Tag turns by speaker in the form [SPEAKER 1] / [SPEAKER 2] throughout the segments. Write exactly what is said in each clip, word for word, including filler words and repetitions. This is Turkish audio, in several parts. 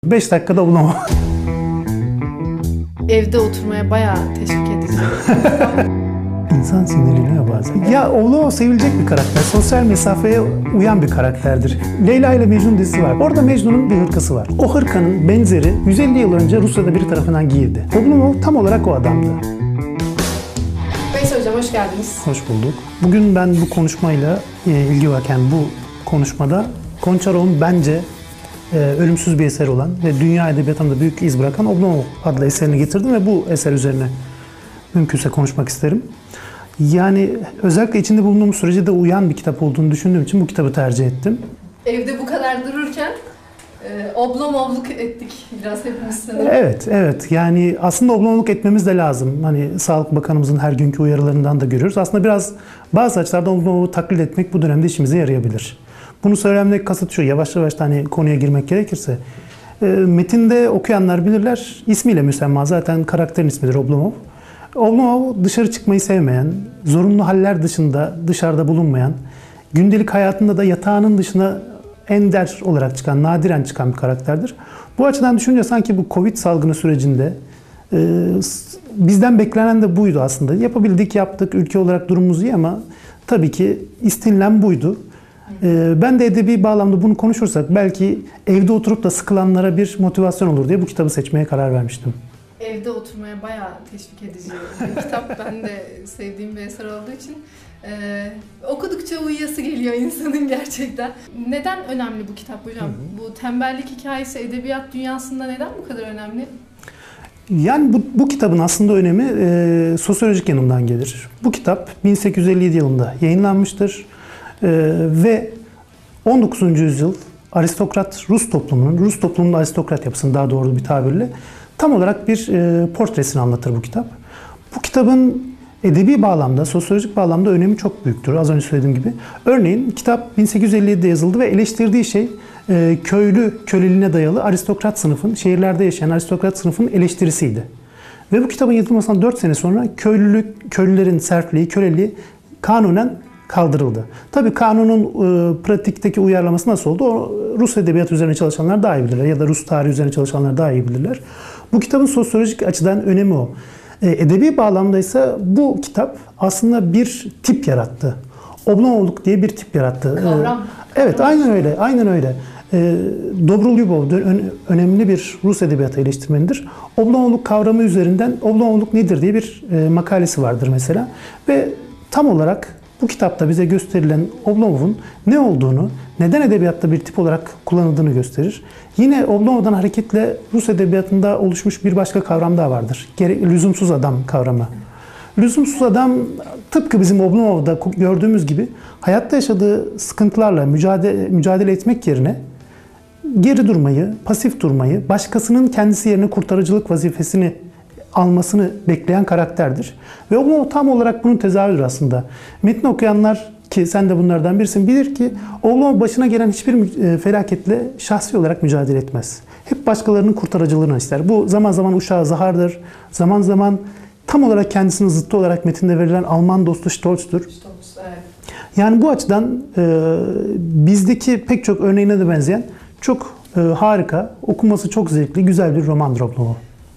[SPEAKER 1] beş dakikada bulamam.
[SPEAKER 2] Evde oturmaya bayağı teşvik edici.
[SPEAKER 1] İnsan sinirleniyor bazen. Ya Oblomov sevilecek bir karakter. Sosyal mesafeye uyan bir karakterdir. Leyla ile Mecnun dizisi var. Orada Mecnun'un bir hırkası var. O hırkanın benzeri yüz elli yıl önce Rusya'da biri tarafından giyildi. Oblomov tam olarak o adamdı.
[SPEAKER 2] Veysel Hocam hoş geldiniz.
[SPEAKER 1] Hoş bulduk. Bugün ben bu konuşmayla ilgi varken bu konuşmada Gonçarov'un bence e, ölümsüz bir eser olan ve dünya edebiyatında büyük iz bırakan Oblomov adlı eserini getirdim ve bu eser üzerine mümkünse konuşmak isterim. Yani özellikle içinde bulunduğum sürece de uyan bir kitap olduğunu düşündüğüm için bu kitabı tercih ettim.
[SPEAKER 2] Evde bu kadar dururken e, Oblomovluk ettik biraz hepimiz sanırım.
[SPEAKER 1] Evet, evet. Yani aslında Oblomovluk etmemiz de lazım. Hani Sağlık Bakanımızın her günkü uyarılarından da görüyoruz. Aslında biraz bazı açılardan Oblomov'u taklit etmek bu dönemde işimize yarayabilir. Bunu söylemdeki kasıt şu, yavaş yavaş hani konuya girmek gerekirse. E, metinde okuyanlar bilirler, ismiyle müsemma zaten karakterin ismidir Oblomov. Oblomov dışarı çıkmayı sevmeyen, zorunlu haller dışında dışarıda bulunmayan, gündelik hayatında da yatağının dışına ender olarak çıkan, nadiren çıkan bir karakterdir. Bu açıdan düşününce sanki bu Covid salgını sürecinde e, bizden beklenen de buydu aslında. Yapabildik, yaptık, ülke olarak durumumuz iyi ama tabii ki istenilen buydu. E, ben de edebi bağlamda bunu konuşursak belki evde oturup da sıkılanlara bir motivasyon olur diye bu kitabı seçmeye karar vermiştim.
[SPEAKER 2] Evde oturmaya bayağı teşvik edici bir kitap. Ben de sevdiğim bir eser olduğu için e, okudukça uyuyası geliyor insanın gerçekten. Neden önemli bu kitap hocam? Hı hı. Bu tembellik hikayesi edebiyat dünyasında neden bu kadar önemli?
[SPEAKER 1] Yani bu, bu kitabın aslında önemi e, sosyolojik yanından gelir. Bu kitap bin sekiz yüz elli yedi yılında yayınlanmıştır e, ve on dokuzuncu yüzyıl aristokrat Rus toplumunun, Rus toplumunun aristokrat yapısının daha doğru bir tabirle tam olarak bir e, portresini anlatır bu kitap. Bu kitabın edebi bağlamda, sosyolojik bağlamda önemi çok büyüktür. Az önce söylediğim gibi. Örneğin kitap bin sekiz yüz elli yedide yazıldı ve eleştirdiği şey e, köylü köleliğine dayalı aristokrat sınıfın, şehirlerde yaşayan aristokrat sınıfın eleştirisiydi. Ve bu kitabın yazılmasından dört sene sonra köylülük, köylülerin serfliği, köleliği kanunen kaldırıldı. Tabii kanunun e, pratikteki uyarlaması nasıl oldu? O, Rus edebiyatı üzerine çalışanlar daha iyi bilirler ya da Rus tarihi üzerine çalışanlar daha iyi bilirler. Bu kitabın sosyolojik açıdan önemi o. E, edebi bağlamda ise bu kitap aslında bir tip yarattı. Oblomovluk diye bir tip yarattı.
[SPEAKER 2] Kavram.
[SPEAKER 1] E, evet,
[SPEAKER 2] Kavram.
[SPEAKER 1] aynen öyle, aynen öyle. E, Dobrolyubov önemli bir Rus edebiyatı eleştirmenidir. Oblomovluk kavramı üzerinden Oblomovluk nedir diye bir e, makalesi vardır mesela. Ve tam olarak bu kitapta bize gösterilen Oblomov'un ne olduğunu, neden edebiyatta bir tip olarak kullanıldığını gösterir. Yine Oblomov'dan hareketle Rus edebiyatında oluşmuş bir başka kavram daha vardır. Lüzumsuz adam kavramı. Lüzumsuz adam tıpkı bizim Oblomov'da gördüğümüz gibi hayatta yaşadığı sıkıntılarla mücadele, mücadele etmek yerine geri durmayı, pasif durmayı, başkasının kendisi yerine kurtarıcılık vazifesini almasını bekleyen karakterdir. Ve Oblomov tam olarak bunun tezahürüdür aslında. Metni okuyanlar, ki sen de bunlardan birisin, bilir ki Oblomov başına gelen hiçbir felaketle şahsi olarak mücadele etmez. Hep başkalarının kurtarıcılığını ister. Bu zaman zaman uşağı Zahar'dır, zaman zaman tam olarak kendisinin zıttı olarak metinde verilen Alman dostu Stolz'tur.
[SPEAKER 2] Stolz, evet. Yani
[SPEAKER 1] bu açıdan e, bizdeki pek çok örneğine de benzeyen çok e, harika, okuması çok zevkli, güzel bir romandır Oblomov.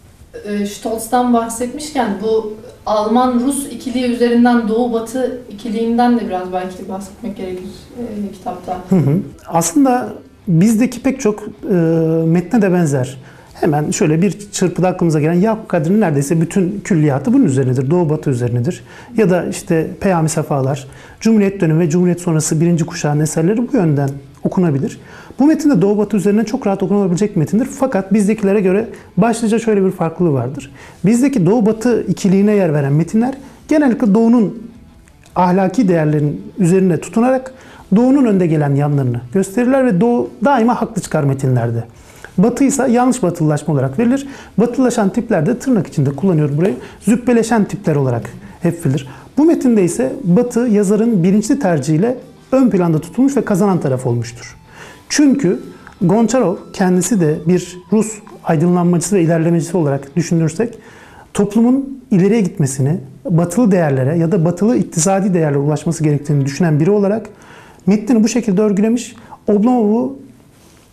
[SPEAKER 2] Stolz'dan bahsetmişken bu Alman-Rus ikiliği üzerinden Doğu-Batı ikiliğinden de biraz belki bahsetmek gerekir e, kitapta.
[SPEAKER 1] Hı hı. Aslında bizdeki pek çok e, metne de benzer. Hemen şöyle bir çırpıda aklımıza gelen Yakup Kadri'nin neredeyse bütün külliyatı bunun üzerinedir. Doğu-Batı üzerinedir. Ya da işte Peyami Safalar, Cumhuriyet dönemi ve Cumhuriyet sonrası birinci kuşağın eserleri bu yönden okunabilir. Bu metin de Doğu-Batı üzerinden çok rahat okunabilecek bir metindir. Fakat bizdekilere göre başlıca şöyle bir farklılığı vardır. Bizdeki Doğu-Batı ikiliğine yer veren metinler genellikle Doğu'nun ahlaki değerlerinin üzerine tutunarak Doğu'nun önde gelen yanlarını gösterirler ve Doğu daima haklı çıkar metinlerde. Batı ise yanlış batılılaşma olarak verilir. Batılılaşan tipler de tırnak içinde kullanıyorum burayı. Züppeleşen tipler olarak hep verilir. Bu metinde ise Batı yazarın bilinçli tercihiyle ön planda tutulmuş ve kazanan taraf olmuştur. Çünkü Gonçarov kendisi de bir Rus aydınlanmacısı ve ilerlemecisi olarak düşünürsek toplumun ileriye gitmesini, batılı değerlere ya da batılı iktisadi değerlere ulaşması gerektiğini düşünen biri olarak metnini bu şekilde örgülemiş. Oblomov'u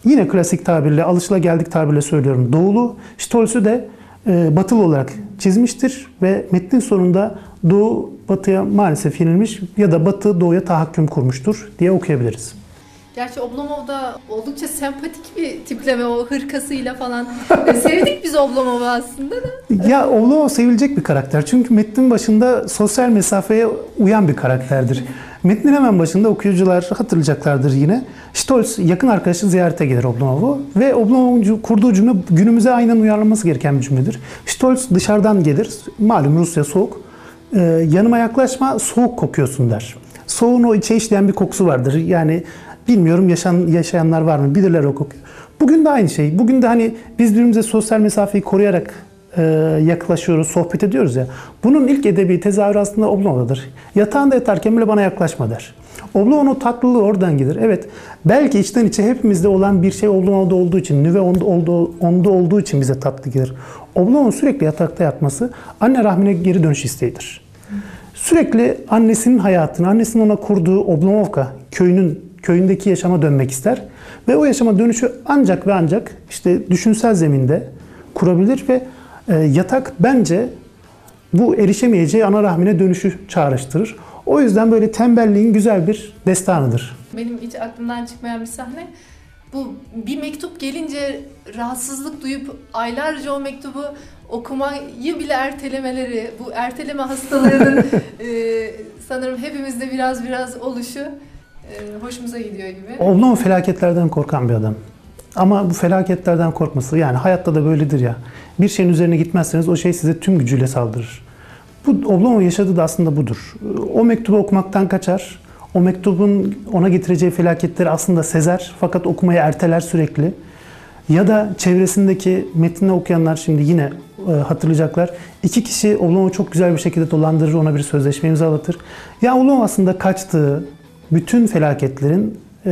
[SPEAKER 1] yine klasik tabirle, alışılageldik tabirle söylüyorum, doğulu. Stolz'ü de e, batılı olarak çizmiştir ve metnin sonunda Doğu Batı'ya maalesef yenilmiş ya da Batı Doğu'ya tahakküm kurmuştur diye okuyabiliriz.
[SPEAKER 2] Gerçi Oblomov da oldukça sempatik bir tipleme, o hırkasıyla falan. Sevdik biz Oblomov'u aslında da.
[SPEAKER 1] Ya Oblomov sevilecek bir karakter. Çünkü metnin başında sosyal mesafeye uyan bir karakterdir. Metnin hemen başında okuyucular hatırlayacaklardır yine. Stolz yakın arkadaşı ziyarete gelir Oblomov'u ve Oblomov'un kurduğu cümle günümüze aynen uyarlanması gereken bir cümledir. Stolz dışarıdan gelir. Malum Rusya soğuk. Ee, yanıma yaklaşma, soğuk kokuyorsun der. Soğuğun o içe işleyen bir kokusu vardır. Yani bilmiyorum yaşayan, yaşayanlar var mı? Bilirler o kokuyu. Bugün de aynı şey. Bugün de hani biz birbirimize sosyal mesafeyi koruyarak e, yaklaşıyoruz, sohbet ediyoruz ya. Bunun ilk edebi tezahürü aslında Oblomov'dadır. Yatağında yatarken bile bana yaklaşma der. Oblomov'un o tatlılığı oradan gelir. Evet, belki içten içe hepimizde olan bir şey Oblomov'da olduğu için, nüve onda olduğu, onda olduğu için bize tatlı gelir. Oblomov'un sürekli yatakta yatması anne rahmine geri dönüş isteğidir. Sürekli annesinin hayatını, annesinin ona kurduğu Oblomovka köyünün köyündeki yaşama dönmek ister ve o yaşama dönüşü ancak ve ancak işte düşünsel zeminde kurabilir ve e, yatak bence bu erişemeyeceği ana rahmine dönüşü çağrıştırır. O yüzden böyle tembelliğin güzel bir destanıdır.
[SPEAKER 2] Benim hiç aklımdan çıkmayan bir sahne. Bu bir mektup gelince rahatsızlık duyup aylarca o mektubu okumayı bile ertelemeleri, bu erteleme hastalığının e, sanırım hepimizde biraz biraz oluşu e, hoşumuza gidiyor gibi.
[SPEAKER 1] Oblomov felaketlerden korkan bir adam. Ama bu felaketlerden korkması, yani hayatta da böyledir ya. Bir şeyin üzerine gitmezseniz o şey size tüm gücüyle saldırır. Bu Oblomov yaşadığı da aslında budur. O mektubu okumaktan kaçar. O mektubun ona getireceği felaketleri aslında sezer fakat okumayı erteler sürekli. Ya da çevresindeki metnini okuyanlar şimdi yine e, hatırlayacaklar. İki kişi Oblomov'u çok güzel bir şekilde dolandırır, ona bir sözleşme imzalatır. Ya Oblomov aslında kaçtığı bütün felaketlerin e,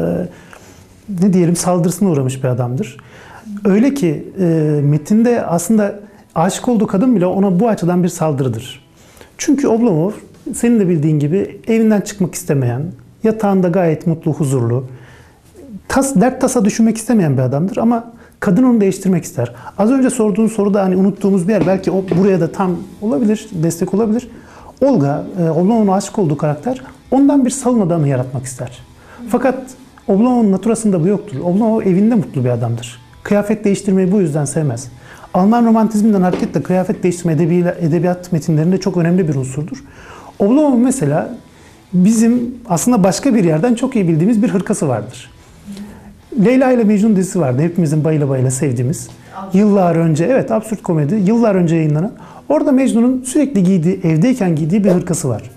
[SPEAKER 1] ne diyelim saldırısına uğramış bir adamdır. Öyle ki e, metinde aslında aşık olduğu kadın bile ona bu açıdan bir saldırıdır. Çünkü Oblomov senin de bildiğin gibi evinden çıkmak istemeyen, yatağında gayet mutlu, huzurlu, tas, dert tasa düşünmek istemeyen bir adamdır ama kadın onu değiştirmek ister. Az önce sorduğun soruda hani unuttuğumuz bir yer, belki o buraya da tam olabilir, destek olabilir. Olga, e, Oblomov'un aşık olduğu karakter, ondan bir salon adamı yaratmak ister. Fakat Oblomov'un naturasında bu yoktur. Oblomov evinde mutlu bir adamdır. Kıyafet değiştirmeyi bu yüzden sevmez. Alman romantizminden hareketle kıyafet değiştirme edebi, edebiyat metinlerinde çok önemli bir unsurdur. Oblomov mesela bizim aslında başka bir yerden çok iyi bildiğimiz bir hırkası vardır. Leyla ile Mecnun dizisi vardı. Hepimizin bayıla bayıla sevdiğimiz. Yıllar önce, evet absürt komedi, yıllar önce yayınlanan. Orada Mecnun'un sürekli giydiği, evdeyken giydiği bir hırkası var.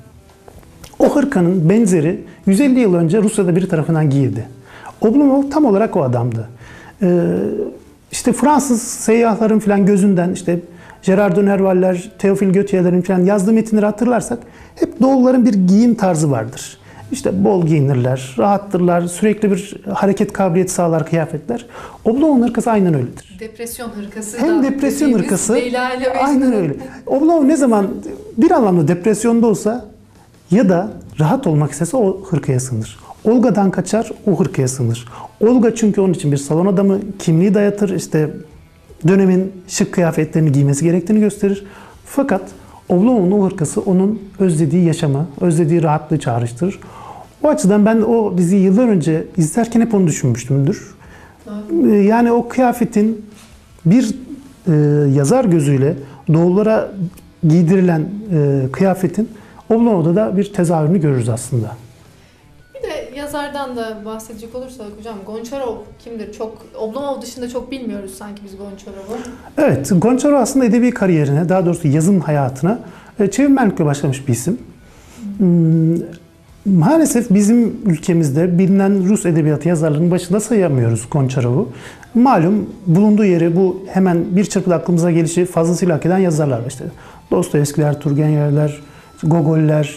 [SPEAKER 1] O hırkanın benzeri yüz elli yıl önce Rusya'da biri tarafından giyildi. Oblomov tam olarak o adamdı. Ee, işte Fransız seyyahların falan gözünden, işte Gerard de Nerval'ler, Théophile Gautier'lerin falan yazdığı metinleri hatırlarsak hep Doğulların bir giyim tarzı vardır. İşte bol giyinirler, rahattırlar, sürekli bir hareket kabiliyeti sağlar kıyafetler. Oblomov'un hırkası aynen öyledir.
[SPEAKER 2] Depresyon hırkası.
[SPEAKER 1] Hem depresyon hırkası,
[SPEAKER 2] Leyla ile
[SPEAKER 1] aynen öyle. Oblomov ne zaman bir anlamda depresyonda olsa ya da rahat olmak istese o hırkaya sığınır. Olga'dan kaçar, o hırkaya sığınır. Olga çünkü onun için bir salon adamı, kimliği dayatır, işte dönemin şık kıyafetlerini giymesi gerektiğini gösterir. Fakat Oblomov'un o hırkası onun özlediği yaşamı, özlediği rahatlığı çağrıştırır. O açıdan ben o diziyi yıllar önce izlerken hep onu düşünmüştümdür. Tabii. Yani o kıyafetin bir e, yazar gözüyle Doğullara giydirilen e, kıyafetin Oblomov'da da bir tezahürünü görürüz aslında.
[SPEAKER 2] Bir de yazardan da bahsedecek olursak hocam, Gonçarov kimdir? Çok Oblomov dışında çok bilmiyoruz sanki biz Gonçarov'u.
[SPEAKER 1] Evet, Gonçarov aslında edebi kariyerine, daha doğrusu yazım hayatına çevirmenlikle başlamış bir isim. Hmm, maalesef bizim ülkemizde bilinen Rus edebiyatı yazarlarının başında sayamıyoruz Gonçarov'u. Malum bulunduğu yeri bu hemen bir çırpıda aklımıza gelişi fazlasıyla hak eden yazarlar var. İşte Dostoyevskiler, Turgenevler, Gogol'ler,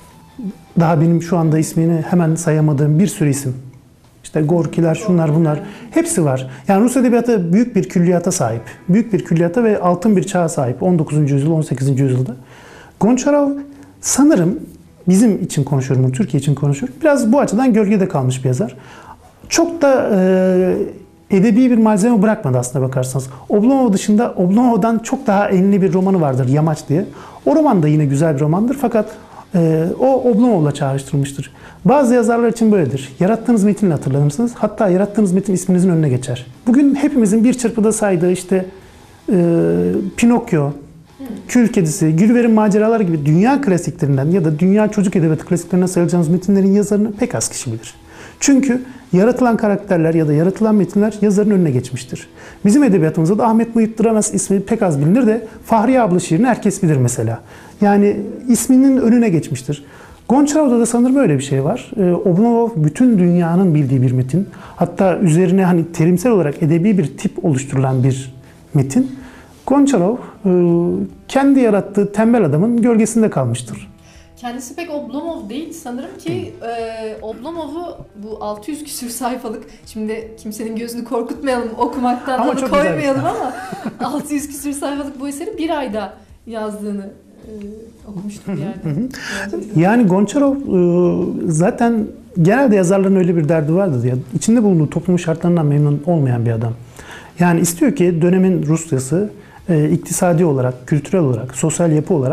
[SPEAKER 1] daha benim şu anda ismini hemen sayamadığım bir sürü isim. İşte Gorkiler, şunlar bunlar. Hepsi var. Yani Rus edebiyatı büyük bir külliyata sahip. Büyük bir külliyata ve altın bir çağa sahip. on dokuzuncu yüzyıl, on sekizinci yüzyılda. Gonçarov sanırım bizim için konuşuyorum, Türkiye için konuşuyorum. Biraz bu açıdan gölgede kalmış bir yazar. çok da e, edebi bir malzeme bırakmadı aslında bakarsanız. Oblomov dışında Oblomov'dan çok daha enli bir romanı vardır, Yamaç diye. O roman da yine güzel bir romandır fakat e, o Oblomov'la çağrıştırılmıştır. Bazı yazarlar için böyledir. Yarattığınız metinle hatırlanırsınız. Hatta yarattığınız metin isminizin önüne geçer. Bugün hepimizin bir çırpıda saydığı işte e, Pinokyo, Kül Kedisi, Gülliver'in Maceraları gibi dünya klasiklerinden ya da dünya çocuk edebiyatı klasiklerinden sayılacağınız metinlerin yazarını pek az kişi bilir. Çünkü yaratılan karakterler ya da yaratılan metinler yazarın önüne geçmiştir. Bizim edebiyatımızda da Ahmet Muhit Dranaz ismi pek az bilinir de Fahriye abla şiirini herkes bilir mesela. Yani isminin önüne geçmiştir. Gonçarov'da da sanırım öyle bir şey var. Ee, Oblomov bütün dünyanın bildiği bir metin. Hatta üzerine hani terimsel olarak edebi bir tip oluşturulan bir metin. Gonçarov e, kendi yarattığı tembel adamın gölgesinde kalmıştır.
[SPEAKER 2] Kendisi pek Oblomov değil sanırım ki e, Oblomov'u bu altı yüz küsür sayfalık, şimdi kimsenin gözünü korkutmayalım, okumaktan
[SPEAKER 1] Ama
[SPEAKER 2] alı
[SPEAKER 1] çok güzel.
[SPEAKER 2] koymayalım ama altı yüz küsür sayfalık bu eseri bir ayda yazdığını e, okumuştum bir yerde.
[SPEAKER 1] Yani Gonçarov e, zaten genelde yazarların öyle bir derdi vardır ya, içinde bulunduğu toplumun şartlarından memnun olmayan bir adam. Yani istiyor ki dönemin Rusyası e, iktisadi olarak, kültürel olarak, sosyal yapı olarak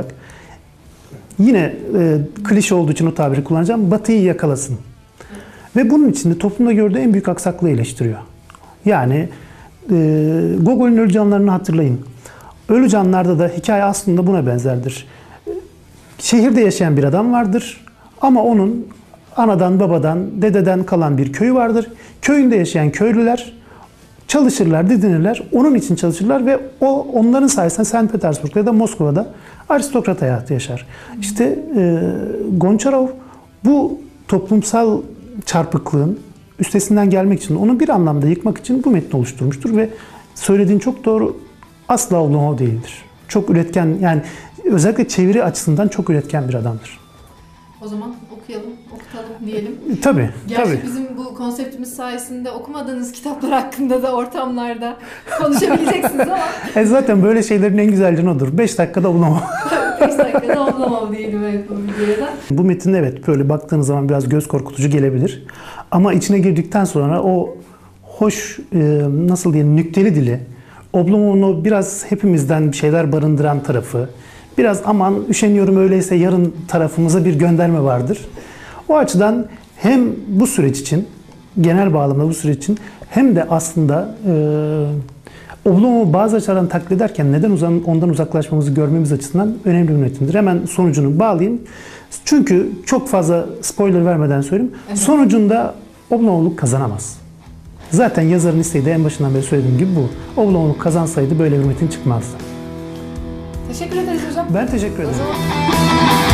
[SPEAKER 1] yine e, klişe olduğu için o tabiri kullanacağım, Batı'yı yakalasın. Ve bunun için de toplumda gördüğü en büyük aksaklığı eleştiriyor. Yani e, Gogol'ün Ölü Canlarını hatırlayın. Ölü Canlar'da da hikaye aslında buna benzerdir. Şehirde yaşayan bir adam vardır ama onun anadan, babadan, dededen kalan bir köyü vardır. Köyünde yaşayan köylüler çalışırlar, didinirler, onun için çalışırlar ve o onların sayesinde Sankt Petersburg'da ya da Moskova'da aristokrat hayatı yaşar. İşte e, Gonçarov bu toplumsal çarpıklığın üstesinden gelmek için, onu bir anlamda yıkmak için bu metni oluşturmuştur ve söylediğin çok doğru, asla Oblomov değildir. Çok üretken, yani özellikle çeviri açısından çok üretken bir adamdır.
[SPEAKER 2] O zaman okuyalım, okutalım diyelim.
[SPEAKER 1] E, tabii,
[SPEAKER 2] Gerçi
[SPEAKER 1] tabii.
[SPEAKER 2] bizim bu konseptimiz sayesinde okumadığınız kitaplar hakkında da ortamlarda konuşabileceksiniz ama
[SPEAKER 1] E zaten böyle şeylerin en güzelliği odur. beş dakikada Oblomov.
[SPEAKER 2] beş dakikada Oblomov diyelim evet bu videoya da.
[SPEAKER 1] Bu metin evet böyle baktığınız zaman biraz göz korkutucu gelebilir. Ama içine girdikten sonra o hoş, e, nasıl diyeyim, nükteli dili, Oblomov'un o biraz hepimizden bir şeyler barındıran tarafı, biraz aman üşeniyorum öyleyse yarın tarafımıza bir gönderme vardır. O açıdan hem bu süreç için, genel bağlamda bu süreç için, hem de aslında e, Oblomov'u bazı açılardan taklit ederken neden uzan, ondan uzaklaşmamızı görmemiz açısından önemli bir metindir. Hemen sonucunu bağlayayım. Çünkü çok fazla spoiler vermeden söyleyeyim. Evet. Sonucunda Oblomov'luk kazanamaz. Zaten yazarın isteği de en başından beri söylediğim gibi bu. Oblomov'luk kazansaydı böyle bir metin çıkmazdı.
[SPEAKER 2] Teşekkür ederiz hocam.
[SPEAKER 1] Ben teşekkür ederim.
[SPEAKER 2] O zaman...